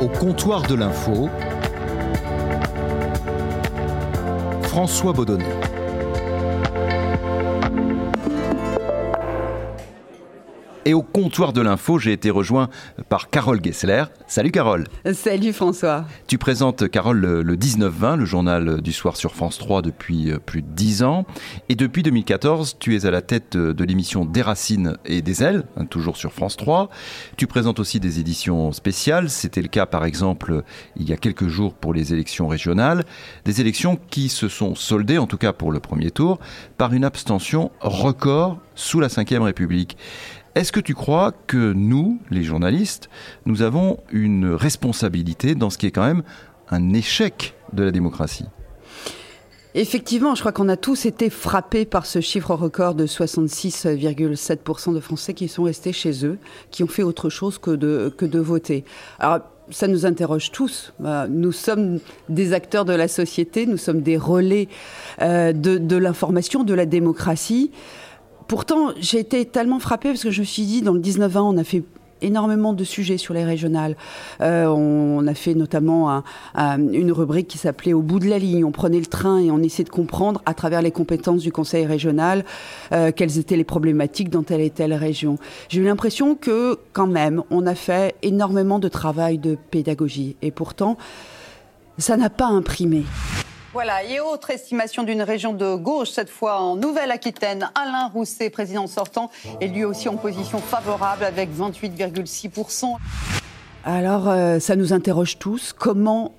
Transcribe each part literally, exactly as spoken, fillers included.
Au comptoir de l'info, François Baudonnet. Et au comptoir de l'info, j'ai été rejoint par Carole Gessler. Salut Carole. Salut François. Tu présentes, Carole, le, le dix-neuf vingt, le journal du soir sur France trois depuis plus de dix ans. Et depuis deux mille quatorze, tu es à la tête de l'émission Des Racines et des Ailes, hein, toujours sur France trois. Tu présentes aussi des éditions spéciales. C'était le cas, par exemple, il y a quelques jours pour les élections régionales. Des élections qui se sont soldées, en tout cas pour le premier tour, par une abstention record sous la cinquième République. Est-ce que tu crois que nous, les journalistes, nous avons une responsabilité dans ce qui est quand même un échec de la démocratie ? Effectivement, je crois qu'on a tous été frappés par ce chiffre record de soixante-six virgule sept pour cent de Français qui sont restés chez eux, qui ont fait autre chose que de, que de voter. Alors, ça nous interroge tous. Nous sommes des acteurs de la société, nous sommes des relais euh, de, de l'information, de la démocratie. Pourtant, j'ai été tellement frappée parce que je me suis dit, dans le dix-neuf vingt, on a fait énormément de sujets sur les régionales. Euh, on a fait notamment un, un, une rubrique qui s'appelait « Au bout de la ligne ». On prenait le train et on essayait de comprendre, à travers les compétences du conseil régional, euh, quelles étaient les problématiques dans telle et telle région. J'ai eu l'impression que, quand même, on a fait énormément de travail de pédagogie. Et pourtant, ça n'a pas imprimé. Voilà, et autre estimation d'une région de gauche, cette fois en Nouvelle-Aquitaine. Alain Rousset, président sortant, est lui aussi en position favorable avec vingt-huit virgule six pour cent. Alors, euh, ça nous interroge tous. Comment,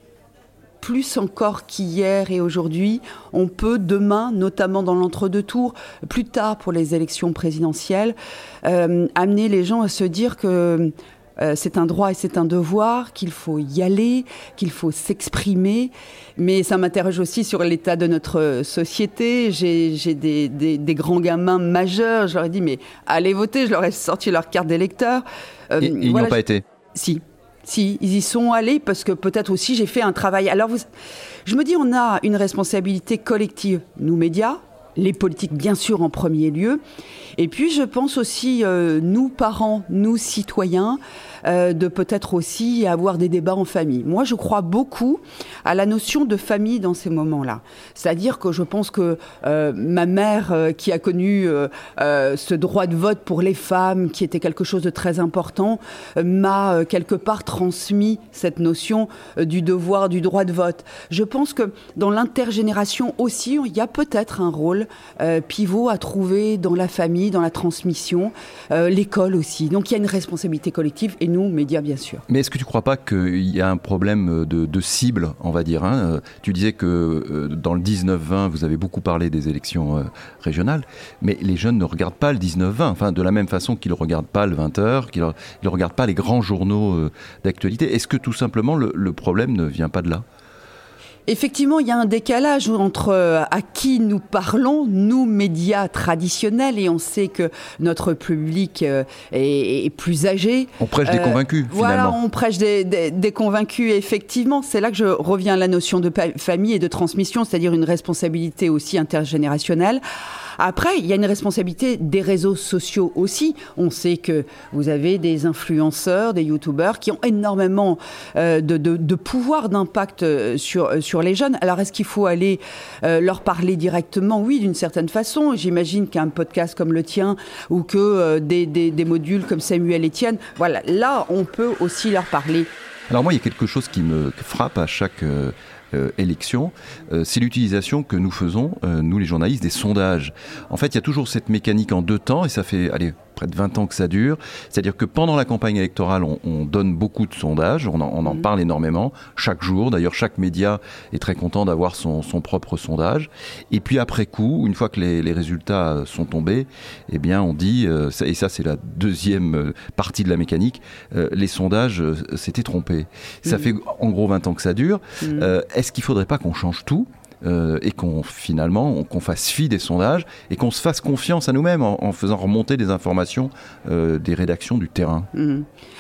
plus encore qu'hier et aujourd'hui, on peut demain, notamment dans l'entre-deux tours, plus tard pour les élections présidentielles, euh, amener les gens à se dire que Euh, c'est un droit et c'est un devoir, qu'il faut y aller, qu'il faut s'exprimer. Mais ça m'interroge aussi sur l'état de notre société. J'ai, j'ai des, des, des grands gamins majeurs. Je leur ai dit, mais allez voter. Je leur ai sorti leur carte d'électeur. Euh, et, et ils voilà, n'y ont pas je... été ? Si. Si, ils y sont allés parce que peut-être aussi j'ai fait un travail. Alors, vous... je me dis, on a une responsabilité collective, nous médias, les politiques bien sûr en premier lieu, et puis je pense aussi euh, nous parents, nous citoyens, euh, de peut-être aussi avoir des débats en famille. Moi je crois beaucoup à la notion de famille dans ces moments-là. C'est-à-dire que je pense que euh, ma mère euh, qui a connu euh, euh, ce droit de vote pour les femmes, qui était quelque chose de très important, euh, m'a euh, quelque part transmis cette notion euh, du devoir, du droit de vote. Je pense que dans l'intergénération aussi, il y a peut-être un rôle Euh, pivot à trouver dans la famille, dans la transmission, euh, l'école aussi. Donc il y a une responsabilité collective et nous, médias bien sûr. Mais est-ce que tu ne crois pas qu'il y a un problème de, de cible, on va dire, hein ? Tu disais que euh, dans le dix-neuf vingt, vous avez beaucoup parlé des élections euh, régionales, mais les jeunes ne regardent pas le dix-neuf vingt, enfin, de la même façon qu'ils ne regardent pas le vingt heures, qu'ils ne regardent pas les grands journaux euh, d'actualité. Est-ce que tout simplement le, le problème ne vient pas de là ? Effectivement, il y a un décalage entre à qui nous parlons, nous, médias traditionnels, et on sait que notre public est, est plus âgé. On prêche des euh, convaincus, voilà, finalement. On prêche des, des, des convaincus, effectivement. C'est là que je reviens à la notion de pa- famille et de transmission, c'est-à-dire une responsabilité aussi intergénérationnelle. Après, il y a une responsabilité des réseaux sociaux aussi. On sait que vous avez des influenceurs, des youtubeurs qui ont énormément euh, de, de, de pouvoir, d'impact sur, sur les jeunes. Alors, est-ce qu'il faut aller euh, leur parler directement ? Oui, d'une certaine façon. J'imagine qu'un podcast comme le tien ou que euh, des, des, des modules comme Samuel Etienne, voilà, là, on peut aussi leur parler. Alors moi, il y a quelque chose qui me frappe à chaque... Euh... Euh, élection, euh, c'est l'utilisation que nous faisons, euh, nous les journalistes, des sondages. En fait, il y a toujours cette mécanique en deux temps, et ça fait, allez, près de vingt ans que ça dure. C'est-à-dire que pendant la campagne électorale, on, on donne beaucoup de sondages, on en, on en mmh. parle énormément, chaque jour. D'ailleurs, chaque média est très content d'avoir son, son propre sondage. Et puis après coup, une fois que les, les résultats sont tombés, eh bien, on dit, euh, et ça c'est la deuxième partie de la mécanique, euh, les sondages euh, s'étaient trompés. Mmh. Ça fait en gros vingt ans que ça dure. Mmh. Euh, est-ce qu'il ne faudrait pas qu'on change tout ? Euh, et qu'on finalement on, qu'on fasse fi des sondages et qu'on se fasse confiance à nous-mêmes en, en faisant remonter des informations euh, des rédactions du terrain. Mmh.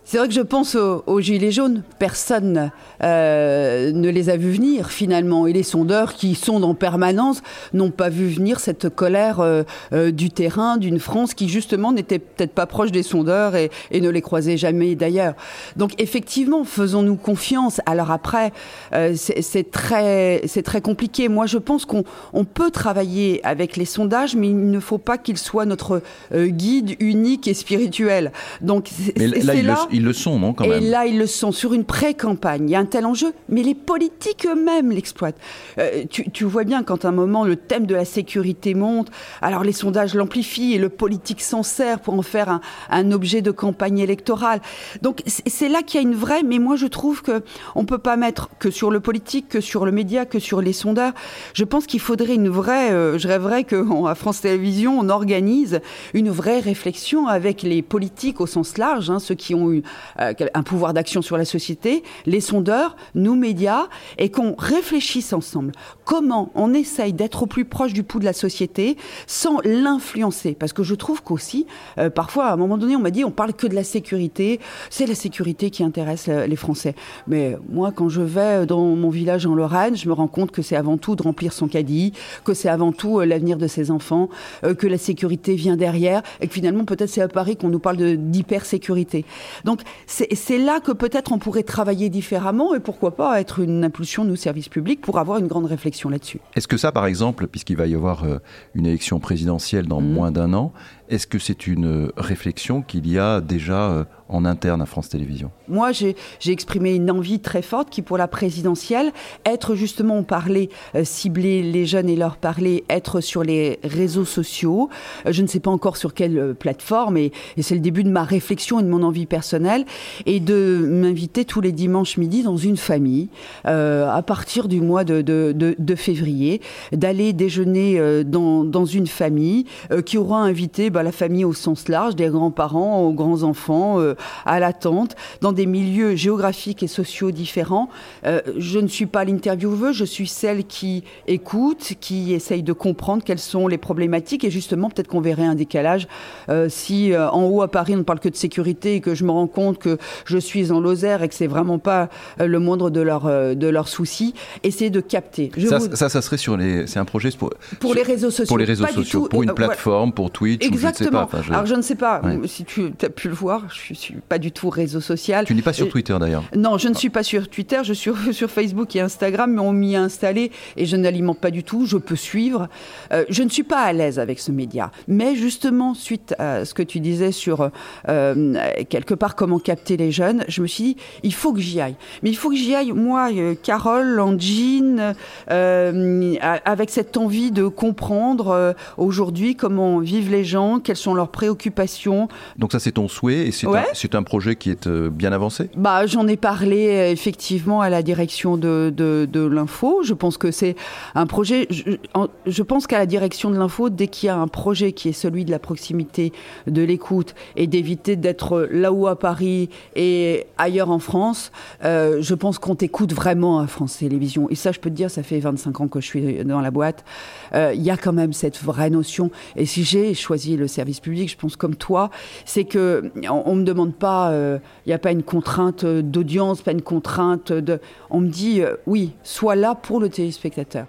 C'est vrai que je pense aux, aux gilets jaunes. Personne euh, ne les a vus venir finalement. Et les sondeurs qui sondent en permanence n'ont pas vu venir cette colère euh, euh, du terrain, d'une France qui justement n'était peut-être pas proche des sondeurs et, et ne les croisait jamais d'ailleurs. Donc effectivement, faisons-nous confiance. Alors après, euh, c'est, c'est, très, c'est très compliqué. Moi, je pense qu'on on peut travailler avec les sondages, mais il ne faut pas qu'ils soient notre euh, guide unique et spirituel. Donc c'est, mais c'est là, là... Le... Ils le sont, non, quand même. Et là, ils le sont sur une pré-campagne. Il y a un tel enjeu, mais les politiques eux-mêmes l'exploitent. Euh, tu, tu vois bien quand à un moment le thème de la sécurité monte, alors les sondages l'amplifient et le politique s'en sert pour en faire un, un objet de campagne électorale. Donc c'est, c'est là qu'il y a une vraie. Mais moi, je trouve que on peut pas mettre que sur le politique, que sur le média, que sur les sondeurs. Je pense qu'il faudrait une vraie. Euh, je rêverais qu'à France Télévisions, on organise une vraie réflexion avec les politiques au sens large, hein, ceux qui ont eu Euh, un pouvoir d'action sur la société, les sondeurs, nous médias, et qu'on réfléchisse ensemble. Comment on essaye d'être au plus proche du pouls de la société sans l'influencer? Parce que je trouve qu'aussi, euh, parfois, à un moment donné, on m'a dit on parle que de la sécurité, c'est la sécurité qui intéresse les Français. Mais moi, quand je vais dans mon village en Lorraine, je me rends compte que c'est avant tout de remplir son caddie, que c'est avant tout euh, l'avenir de ses enfants, euh, que la sécurité vient derrière, et que finalement, peut-être c'est à Paris qu'on nous parle de, d'hypersécurité. Donc, c'est, c'est là que peut-être on pourrait travailler différemment et pourquoi pas être une impulsion, nous, services publics, pour avoir une grande réflexion là-dessus. Est-ce que ça, par exemple, puisqu'il va y avoir euh, une élection présidentielle dans mmh. moins d'un an, est-ce que c'est une réflexion qu'il y a déjà euh, en interne à France Télévisions? Moi, j'ai, j'ai exprimé une envie très forte qui, pour la présidentielle, être justement, on parlait, euh, cibler les jeunes et leur parler, être sur les réseaux sociaux. Euh, je ne sais pas encore sur quelle euh, plateforme, et, et c'est le début de ma réflexion et de mon envie personnelle, et de m'inviter tous les dimanches midi dans une famille, euh, à partir du mois de, de, de, de février, d'aller déjeuner euh, dans, dans une famille euh, qui aura invité bah, la famille au sens large, des grands-parents aux grands-enfants, euh, à la tante, dans des milieux géographiques et sociaux différents. Euh, je ne suis pas l'intervieweuse, je suis celle qui écoute, qui essaye de comprendre quelles sont les problématiques, et justement, peut-être qu'on verrait un décalage euh, si euh, en haut à Paris, on ne parle que de sécurité et que je me rends compte que je suis en Lozère et que c'est vraiment pas euh, le moindre de leurs euh, de leurs soucis. Essayer de capter. Je ça, vous... ça, ça serait sur les... C'est un projet pour... Pour sur... les réseaux sociaux. Pour les réseaux pas sociaux, tout... pour une euh, plateforme, ouais. Pour Twitch, exactement. Ou je ne sais pas. Enfin, je... Alors je ne sais pas ouais. si tu as pu le voir, je suis pas du tout réseau social. Tu n'es pas sur et... Twitter d'ailleurs? Non, je ne suis pas sur Twitter, je suis sur, sur Facebook et Instagram, mais on m'y a installé et je n'alimente pas du tout, je peux suivre. Euh, je ne suis pas à l'aise avec ce média. Mais justement, suite à ce que tu disais sur euh, quelque part comment capter les jeunes, je me suis dit, il faut que j'y aille. Mais il faut que j'y aille, moi, euh, Carole, en jean, euh, avec cette envie de comprendre euh, aujourd'hui comment vivent les gens, quelles sont leurs préoccupations. Donc ça, c'est ton souhait et c'est, ouais. un, c'est un projet qui est euh, bien avancé? Bah, j'en ai parlé euh, effectivement à la direction de, de, de l'info. Je pense que c'est un projet... Je, en, je pense qu'à la direction de l'info, dès qu'il y a un projet qui est celui de la proximité, de l'écoute et d'éviter d'être là-haut à Paris et ailleurs en France, euh, je pense qu'on t'écoute vraiment à France Télévisions. Et ça, je peux te dire, ça fait vingt-cinq ans que je suis dans la boîte. Il euh, y a quand même cette vraie notion. Et si j'ai choisi le service public, je pense comme toi, c'est que on, on me demande pas, il euh, n'y a pas une contrainte d'audience, pas une contrainte de... On me dit, euh, oui, sois là pour le téléspectateur.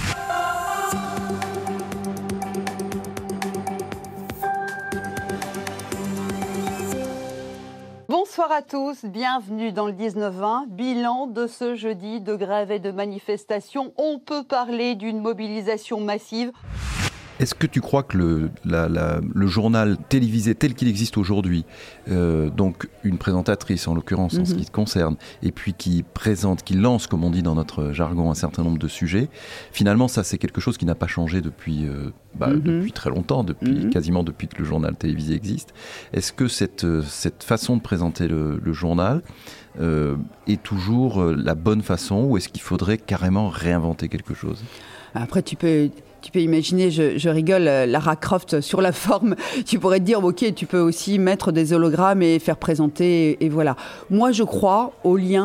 Bonsoir à tous, bienvenue dans le dix-neuf vingt, bilan de ce jeudi de grève et de manifestation. On peut parler d'une mobilisation massive. Est-ce que tu crois que le, la, la, le journal télévisé tel qu'il existe aujourd'hui, euh, donc une présentatrice en l'occurrence en mm-hmm. ce qui te concerne, et puis qui présente, qui lance, comme on dit dans notre jargon, un certain nombre de sujets, finalement ça c'est quelque chose qui n'a pas changé depuis, euh, bah, mm-hmm. depuis très longtemps, depuis, mm-hmm. quasiment depuis que le journal télévisé existe. Est-ce que cette, cette façon de présenter le, le journal euh, est toujours la bonne façon, ou est-ce qu'il faudrait carrément réinventer quelque chose? Après tu peux... Tu peux imaginer, je, je rigole, Lara Croft sur la forme, tu pourrais te dire, ok, tu peux aussi mettre des hologrammes et faire présenter, et, et voilà. Moi, je crois au lien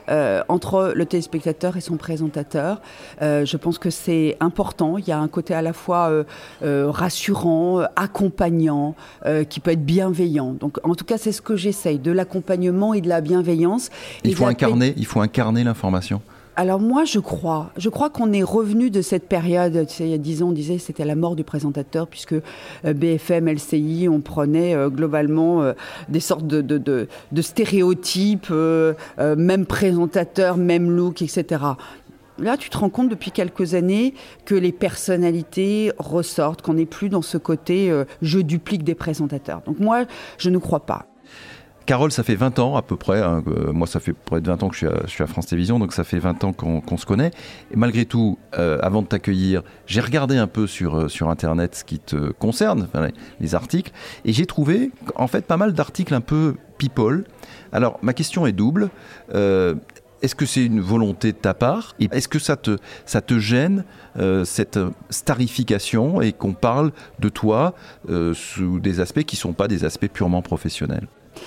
euh, entre le téléspectateur et son présentateur. Euh, je pense que c'est important. Il y a un côté à la fois euh, euh, rassurant, euh, accompagnant, euh, qui peut être bienveillant. Donc, en tout cas, c'est ce que j'essaye, de l'accompagnement et de la bienveillance. Il faut incarner, il faut incarner l'information. Alors moi, je crois. Je crois qu'on est revenu de cette période. Tu sais, il y a dix ans, on disait que c'était la mort du présentateur, puisque B F M, L C I, on prenait euh, globalement euh, des sortes de, de, de, de stéréotypes, euh, euh, même présentateur, même look, et cetera. Là, tu te rends compte depuis quelques années que les personnalités ressortent, qu'on n'est plus dans ce côté euh, « je duplique des présentateurs ». Donc moi, je ne crois pas. Carole, ça fait vingt ans à peu près, hein, euh, moi ça fait près de vingt ans que je suis à, je suis à France Télévisions, donc ça fait vingt ans qu'on, qu'on se connaît. Et malgré tout, euh, avant de t'accueillir, j'ai regardé un peu sur, sur Internet ce qui te concerne, enfin, les, les articles, et j'ai trouvé en fait pas mal d'articles un peu people. Alors ma question est double. Euh, Est-ce que c'est une volonté de ta part ? Et est-ce que ça te, ça te gêne, euh, cette starification, et qu'on parle de toi euh, sous des aspects qui ne sont pas des aspects purement professionnels ?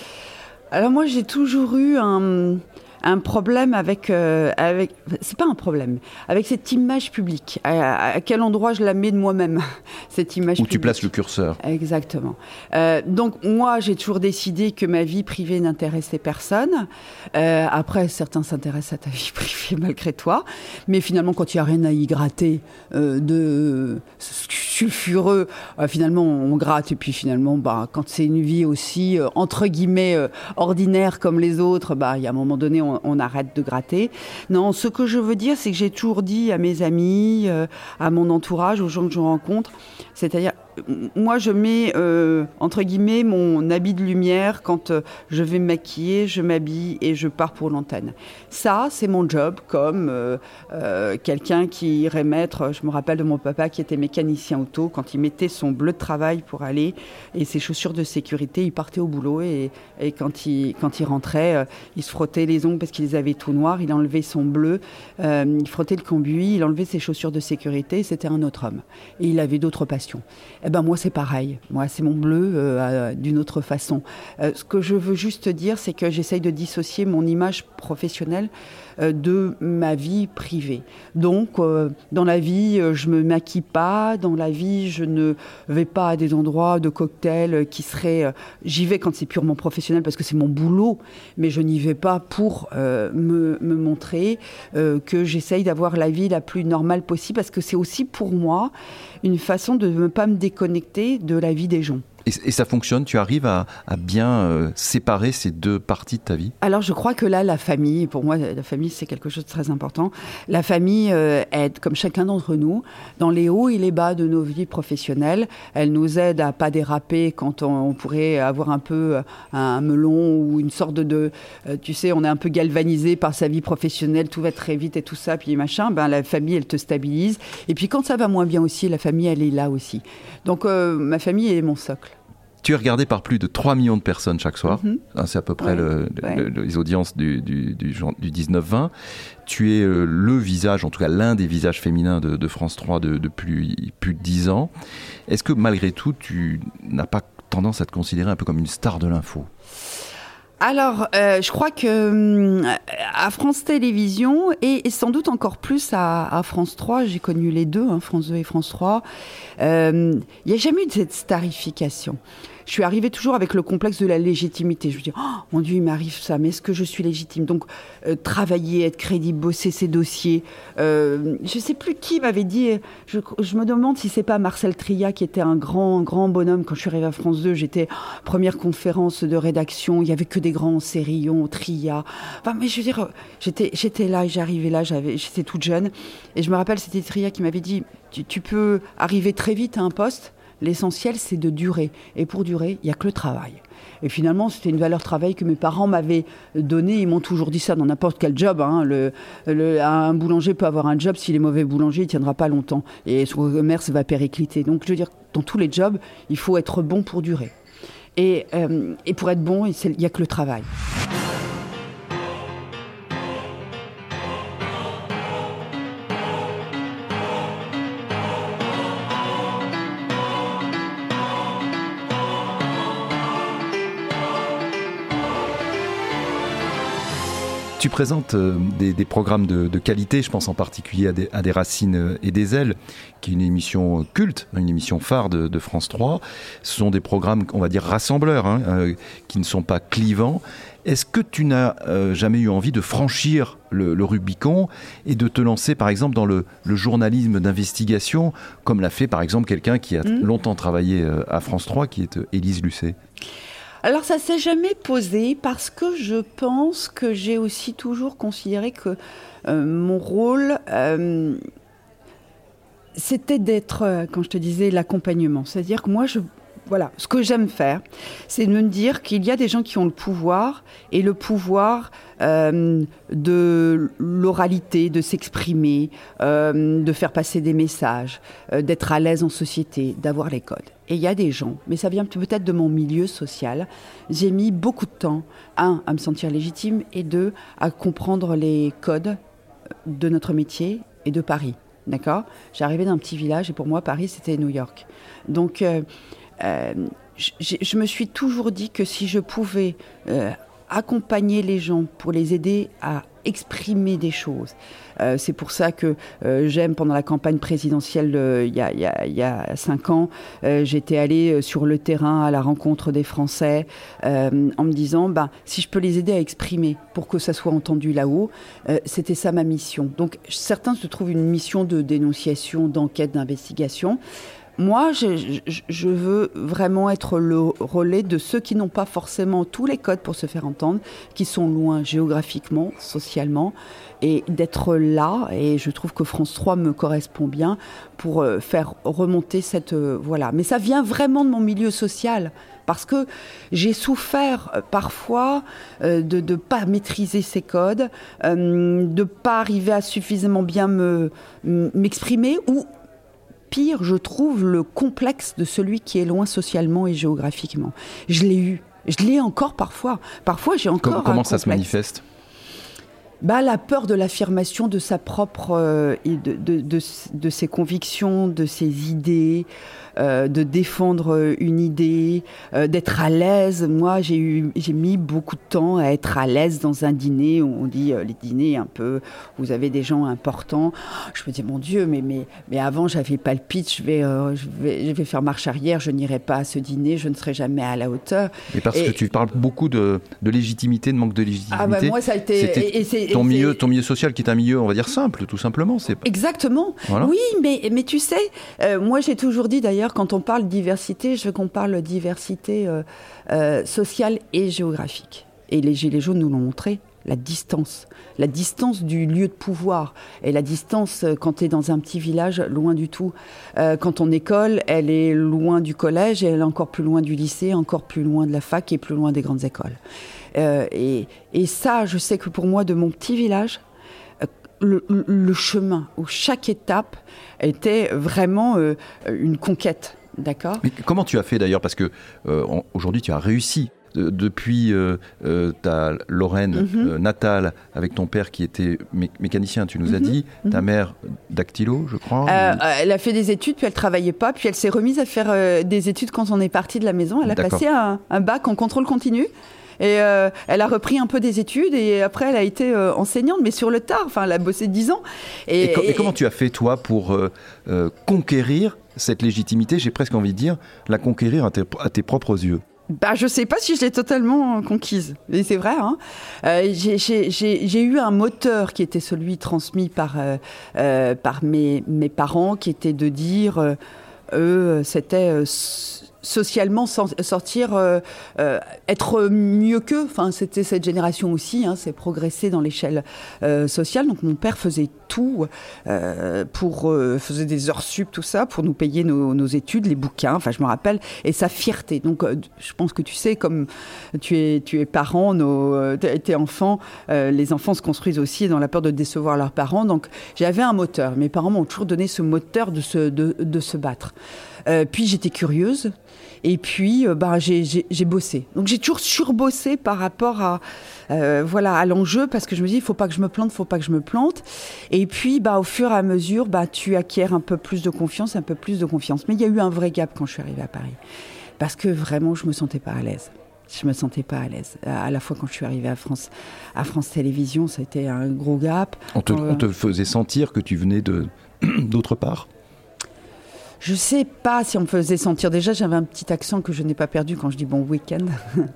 Alors moi, j'ai toujours eu un, un problème avec, euh, avec... C'est pas un problème. Avec cette image publique. À, à quel endroit je la mets de moi-même, cette image Où publique. tu places le curseur. Exactement. Euh, donc moi, j'ai toujours décidé que ma vie privée n'intéressait personne. Euh, après, certains s'intéressent à ta vie privée malgré toi. Mais finalement, quand il n'y a rien à y gratter euh, de sulfureux, euh, finalement, on gratte. Et puis finalement, bah, quand c'est une vie aussi, euh, entre guillemets, euh, ordinaire comme les autres, bah, il y a un moment donné, on, on arrête de gratter. Non, ce que je veux dire, c'est que j'ai toujours dit à mes amis, euh, à mon entourage, aux gens que je rencontre, c'est-à-dire, moi, je mets, euh, entre guillemets, mon habit de lumière quand euh, je vais me maquiller, je m'habille et je pars pour l'antenne. Ça, c'est mon job, comme euh, euh, quelqu'un qui irait mettre, je me rappelle de mon papa qui était mécanicien auto, quand il mettait son bleu de travail pour aller et ses chaussures de sécurité, il partait au boulot et, et quand, il, quand il rentrait, euh, il se frottait les ongles parce qu'il les avait tout noirs, il enlevait son bleu, euh, il frottait le cambouis, il enlevait ses chaussures de sécurité, c'était un autre homme. Et il avait d'autres passions. Eh ben moi, c'est pareil. Moi, c'est mon bleu euh, d'une autre façon. Euh, ce que je veux juste dire, c'est que j'essaye de dissocier mon image professionnelle euh, de ma vie privée. Donc, euh, dans la vie, euh, je me maquille pas. Dans la vie, je ne vais pas à des endroits de cocktails qui seraient... Euh, j'y vais quand c'est purement professionnel parce que c'est mon boulot, mais je n'y vais pas pour euh, me, me montrer euh, que j'essaye d'avoir la vie la plus normale possible parce que c'est aussi pour moi une façon de ne pas me déconnecter de la vie des gens. Et, et ça fonctionne ? Tu arrives à, à bien euh, séparer ces deux parties de ta vie ? Alors, je crois que là, la famille, pour moi, la famille, c'est quelque chose de très important. La famille euh, aide, comme chacun d'entre nous, dans les hauts et les bas de nos vies professionnelles. Elle nous aide à pas déraper quand on, on pourrait avoir un peu un melon ou une sorte de... de euh, tu sais, on est un peu galvanisé par sa vie professionnelle, tout va très vite et tout ça, puis machin. Ben, la famille, elle te stabilise. Et puis, quand ça va moins bien aussi, la famille, elle est là aussi. Donc, euh, ma famille est mon socle. Tu es regardé par plus de trois millions de personnes chaque soir. Mm-hmm. C'est à peu près ouais, le, ouais. le, les audiences du, du, du, du dix-neuf vingt. Tu es le visage, en tout cas l'un des visages féminins de, de France trois de, depuis plus de dix ans. Est-ce que malgré tout, tu n'as pas tendance à te considérer un peu comme une star de l'info ? Alors, euh, je crois que euh, à France Télévisions et, et sans doute encore plus à, à France trois, j'ai connu les deux, hein, France deux et France trois, il euh, n'y a jamais eu de cette starification. Je suis arrivée toujours avec le complexe de la légitimité. Je me dis, oh mon Dieu, il m'arrive ça, mais est-ce que je suis légitime ? Donc, euh, travailler, être crédible, bosser ses dossiers. Euh, je ne sais plus qui m'avait dit, je, je me demande si c'est pas Marcel Tria qui était un grand, grand bonhomme. Quand je suis arrivée à France deux, j'étais première conférence de rédaction, il n'y avait que des grands, Sérillon, Tria. Enfin, mais je veux dire, j'étais, j'étais là et j'arrivais là, j'avais, j'étais toute jeune. Et je me rappelle, c'était Tria qui m'avait dit, tu, tu peux arriver très vite à un poste. L'essentiel, c'est de durer. Et pour durer, il n'y a que le travail. Et finalement, c'était une valeur travail que mes parents m'avaient donnée. Ils m'ont toujours dit ça dans n'importe quel job. Hein. Le, le, un boulanger peut avoir un job. S'il est mauvais boulanger, il ne tiendra pas longtemps. Et son commerce va péricliter. Donc, je veux dire, dans tous les jobs, il faut être bon pour durer. Et, euh, et pour être bon, il n'y a que le travail. Tu présentes euh, des, des programmes de, de qualité, je pense en particulier à des, à des Racines et des ailes, qui est une émission culte, une émission phare de, de France trois. Ce sont des programmes, on va dire, rassembleurs, hein, euh, qui ne sont pas clivants. Est-ce que tu n'as euh, jamais eu envie de franchir le, le Rubicon et de te lancer, par exemple, dans le, le journalisme d'investigation, comme l'a fait, par exemple, quelqu'un qui a mmh. longtemps travaillé euh, à France trois, qui est euh, Élise Lucet ? Alors ça s'est jamais posé parce que je pense que j'ai aussi toujours considéré que euh, mon rôle, euh, c'était d'être, euh, quand je te disais, l'accompagnement. C'est-à-dire que moi, je, voilà, ce que j'aime faire, c'est de me dire qu'il y a des gens qui ont le pouvoir, et le pouvoir euh, de l'oralité, de s'exprimer, euh, de faire passer des messages, euh, d'être à l'aise en société, d'avoir les codes. Et il y a des gens, mais ça vient peut-être de mon milieu social, j'ai mis beaucoup de temps, un, à me sentir légitime, et deux, à comprendre les codes de notre métier et de Paris. D'accord ? J'arrivais d'un petit village, et pour moi, Paris, c'était New York. Donc, euh, euh, je, je me suis toujours dit que si je pouvais euh, accompagner les gens pour les aider à exprimer des choses. Euh, c'est pour ça que euh, j'aime, pendant la campagne présidentielle euh, il y a, il y a, il y a cinq ans, euh, j'étais allée sur le terrain à la rencontre des Français euh, en me disant, bah, si je peux les aider à exprimer pour que ça soit entendu là-haut, euh, c'était ça ma mission. Donc certains se trouvent une mission de dénonciation, d'enquête, d'investigation. Moi, je, je, je veux vraiment être le relais de ceux qui n'ont pas forcément tous les codes pour se faire entendre, qui sont loin géographiquement, socialement, et d'être là. Et je trouve que France trois me correspond bien pour faire remonter cette... Euh, voilà. Mais ça vient vraiment de mon milieu social. Parce que j'ai souffert euh, parfois euh, de ne pas maîtriser ces codes, euh, de ne pas arriver à suffisamment bien me, m'exprimer, ou... pire, je trouve le complexe de celui qui est loin socialement et géographiquement. Je l'ai eu. Je l'ai encore parfois. Parfois, j'ai encore Comment un ça complexe. se manifeste ? Bah, la peur de l'affirmation de sa propre, euh, de, de, de, de ses convictions, de ses idées, euh, de défendre une idée, euh, d'être à l'aise. Moi, j'ai eu, j'ai mis beaucoup de temps à être à l'aise dans un dîner où on dit euh, les dîners un peu, vous avez des gens importants. Je me dis, mon Dieu, mais, mais, mais avant, j'avais pas le pitch, je vais, euh, je vais, je vais faire marche arrière, je n'irai pas à ce dîner, je ne serai jamais à la hauteur. Et parce et, que tu parles beaucoup de, de légitimité, de manque de légitimité. Ah bah moi, ça a été... C'était et, et c'est, ton, et milieu, c'est... ton milieu social qui est un milieu, on va dire, simple, tout simplement. C'est... Exactement. Voilà. Oui, mais, mais tu sais, euh, moi, j'ai toujours dit, d'ailleurs, quand on parle diversité, je veux qu'on parle diversité euh, euh, sociale et géographique. Et les Gilets jaunes nous l'ont montré, la distance. La distance du lieu de pouvoir. Et la distance, quand tu es dans un petit village, loin du tout. Euh, quand ton école, elle est loin du collège, et elle est encore plus loin du lycée, encore plus loin de la fac et plus loin des grandes écoles. Euh, et, et ça, je sais que pour moi, de mon petit village, le, le chemin, où chaque étape était vraiment euh, une conquête. D'accord. Mais comment tu as fait d'ailleurs ? Parce que euh, aujourd'hui, tu as réussi. De, depuis euh, euh, ta Lorraine mm-hmm. euh, natale, avec ton père qui était mé- mécanicien, tu nous mm-hmm. as dit, mm-hmm. ta mère dactylo, je crois. Euh, ou... Elle a fait des études, puis elle travaillait pas, puis elle s'est remise à faire euh, des études quand on est parti de la maison. Elle a D'accord. passé un, un bac en contrôle continu. Et euh, elle a repris un peu des études, et après elle a été euh, enseignante, mais sur le tard. Enfin, elle a bossé dix ans. Et, et, co- et comment tu as fait, toi, pour euh, euh, conquérir cette légitimité, j'ai presque envie de dire, la conquérir à tes, à tes propres yeux ? Bah, je ne sais pas si je l'ai totalement conquise, mais c'est vrai. Hein. Euh, j'ai, j'ai, j'ai, j'ai eu un moteur qui était celui transmis par, euh, euh, par mes, mes parents, qui était de dire, euh, eux, c'était... Euh, socialement sortir, euh, euh, être mieux qu'eux. Enfin, c'était cette génération aussi, hein, c'est progresser dans l'échelle euh, sociale. Donc mon père faisait tout, euh, pour, euh, faisait des heures sup, tout ça, pour nous payer nos, nos études, les bouquins, enfin je me rappelle, et sa fierté. Donc euh, je pense que tu sais, comme tu es, tu es parent, nos, euh, t'es enfant, euh, les enfants se construisent aussi dans la peur de décevoir leurs parents. Donc j'avais un moteur. Mes parents m'ont toujours donné ce moteur de se, de, de se battre. Euh, puis j'étais curieuse. Et puis, euh, bah, j'ai, j'ai, j'ai bossé. Donc, j'ai toujours surbossé par rapport à, euh, voilà, à l'enjeu, parce que je me dis, il ne faut pas que je me plante, il ne faut pas que je me plante. Et puis, bah, au fur et à mesure, bah, tu acquiers un peu plus de confiance, un peu plus de confiance. Mais il y a eu un vrai gap quand je suis arrivée à Paris. Parce que vraiment, je ne me sentais pas à l'aise. Je me sentais pas à l'aise. À la fois quand je suis arrivée à France, à France Télévisions, ça a été un gros gap. On te, euh, on te faisait sentir que tu venais de, d'autre part ? Je sais pas si on me faisait sentir. Déjà, j'avais un petit accent que je n'ai pas perdu quand je dis bon week-end.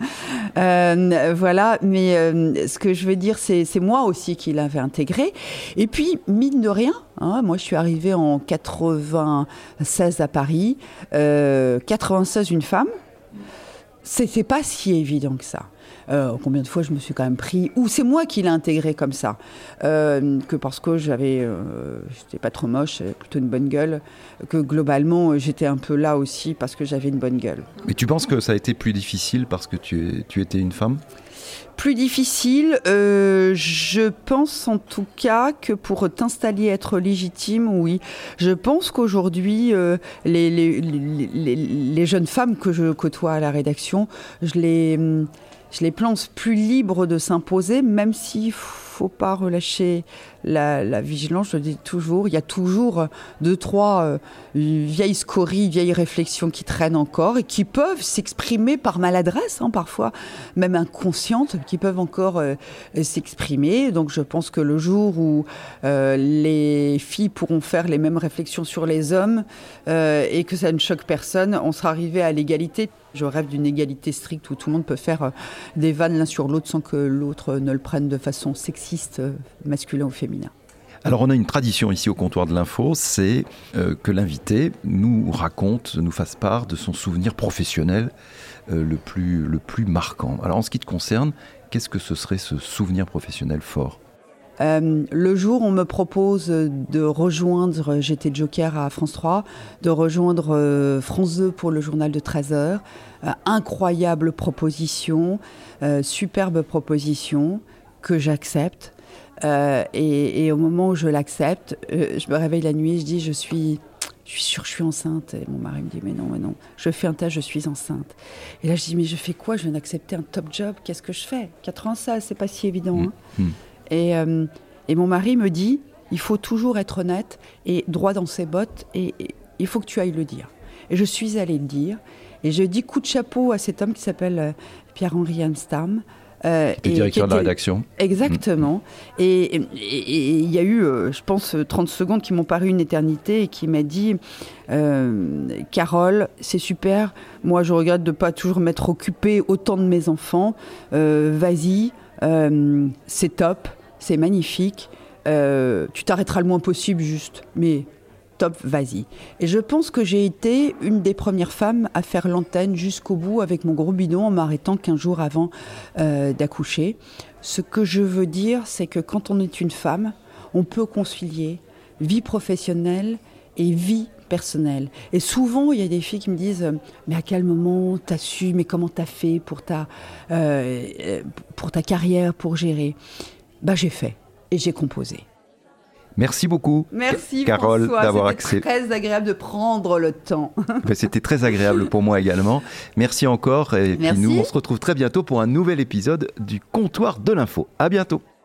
euh, voilà, mais euh, ce que je veux dire, c'est, c'est moi aussi qui l'avais intégré. Et puis, mine de rien, hein, moi je suis arrivée en quatre-vingt-seize à Paris, euh, quatre-vingt-seize une femme. C'était pas si évident que ça. Euh, combien de fois je me suis quand même pris, ou c'est moi qui l'ai intégré comme ça, euh, que parce que j'avais, euh, j'étais pas trop moche, j'avais plutôt une bonne gueule, que globalement j'étais un peu là aussi parce que j'avais une bonne gueule. Mais tu penses que ça a été plus difficile parce que tu, tu étais une femme ? Plus difficile, euh, je pense en tout cas que pour t'installer, être légitime, oui. Je pense qu'aujourd'hui, euh, les, les, les, les, les jeunes femmes que je côtoie à la rédaction, je les... Je les pense plus libres de s'imposer, même s'il ne faut pas relâcher la, la vigilance. Je le dis toujours, il y a toujours deux, trois euh, vieilles scories, vieilles réflexions qui traînent encore et qui peuvent s'exprimer par maladresse, hein, parfois même inconscientes, qui peuvent encore euh, s'exprimer. Donc je pense que le jour où euh, les filles pourront faire les mêmes réflexions sur les hommes euh, et que ça ne choque personne, on sera arrivé à l'égalité. Je rêve d'une égalité stricte où tout le monde peut faire des vannes l'un sur l'autre sans que l'autre ne le prenne de façon sexiste, masculin ou féminin. Alors on a une tradition ici au comptoir de l'info, c'est euh, que l'invité nous raconte, nous fasse part de son souvenir professionnel euh, le plus, le plus marquant. Alors en ce qui te concerne, qu'est-ce que ce serait ce souvenir professionnel fort ? Euh, le jour, on me propose de rejoindre, j'étais joker à France trois, de rejoindre euh, France deux pour le journal de treize heures. Euh, incroyable proposition, euh, superbe proposition que j'accepte. Euh, et, et au moment où je l'accepte, euh, je me réveille la nuit et je dis je suis, je suis sûre que je suis enceinte. Et mon mari me dit mais non, mais non. Je fais un test, je suis enceinte. Et là je dis mais je fais quoi ? Je viens d'accepter un top job, qu'est-ce que je fais ? quatre-vingt-seize, c'est pas si évident. Hein. Mmh. Mmh. Et, euh, et mon mari me dit, il faut toujours être honnête et droit dans ses bottes et, et il faut que tu ailles le dire. Et je suis allée le dire et je dis coup de chapeau à cet homme qui s'appelle euh, Pierre-Henri Amstam. Euh, qui était directeur qui était, de la rédaction. Exactement. Mmh. Et il y a eu, euh, je pense, trente secondes qui m'ont paru une éternité et qui m'a dit euh, « Carole, c'est super, moi je regrette de ne pas toujours m'être occupée autant de mes enfants, euh, vas-y, euh, c'est top. » C'est magnifique, euh, tu t'arrêteras le moins possible juste, mais top, vas-y. Et je pense que j'ai été une des premières femmes à faire l'antenne jusqu'au bout avec mon gros bidon en m'arrêtant quinze jours avant euh, d'accoucher. Ce que je veux dire, c'est que quand on est une femme, on peut concilier vie professionnelle et vie personnelle. Et souvent, il y a des filles qui me disent « Mais à quel moment t'as su, mais comment t'as fait pour ta, euh, pour ta carrière, pour gérer ?» Bah, j'ai fait et j'ai composé. Merci beaucoup, Merci Carole, François, d'avoir accès. C'était très agréable de prendre le temps. C'était très agréable pour moi également. Merci encore et Merci. Puis nous, on se retrouve très bientôt pour un nouvel épisode du Comptoir de l'info. À bientôt.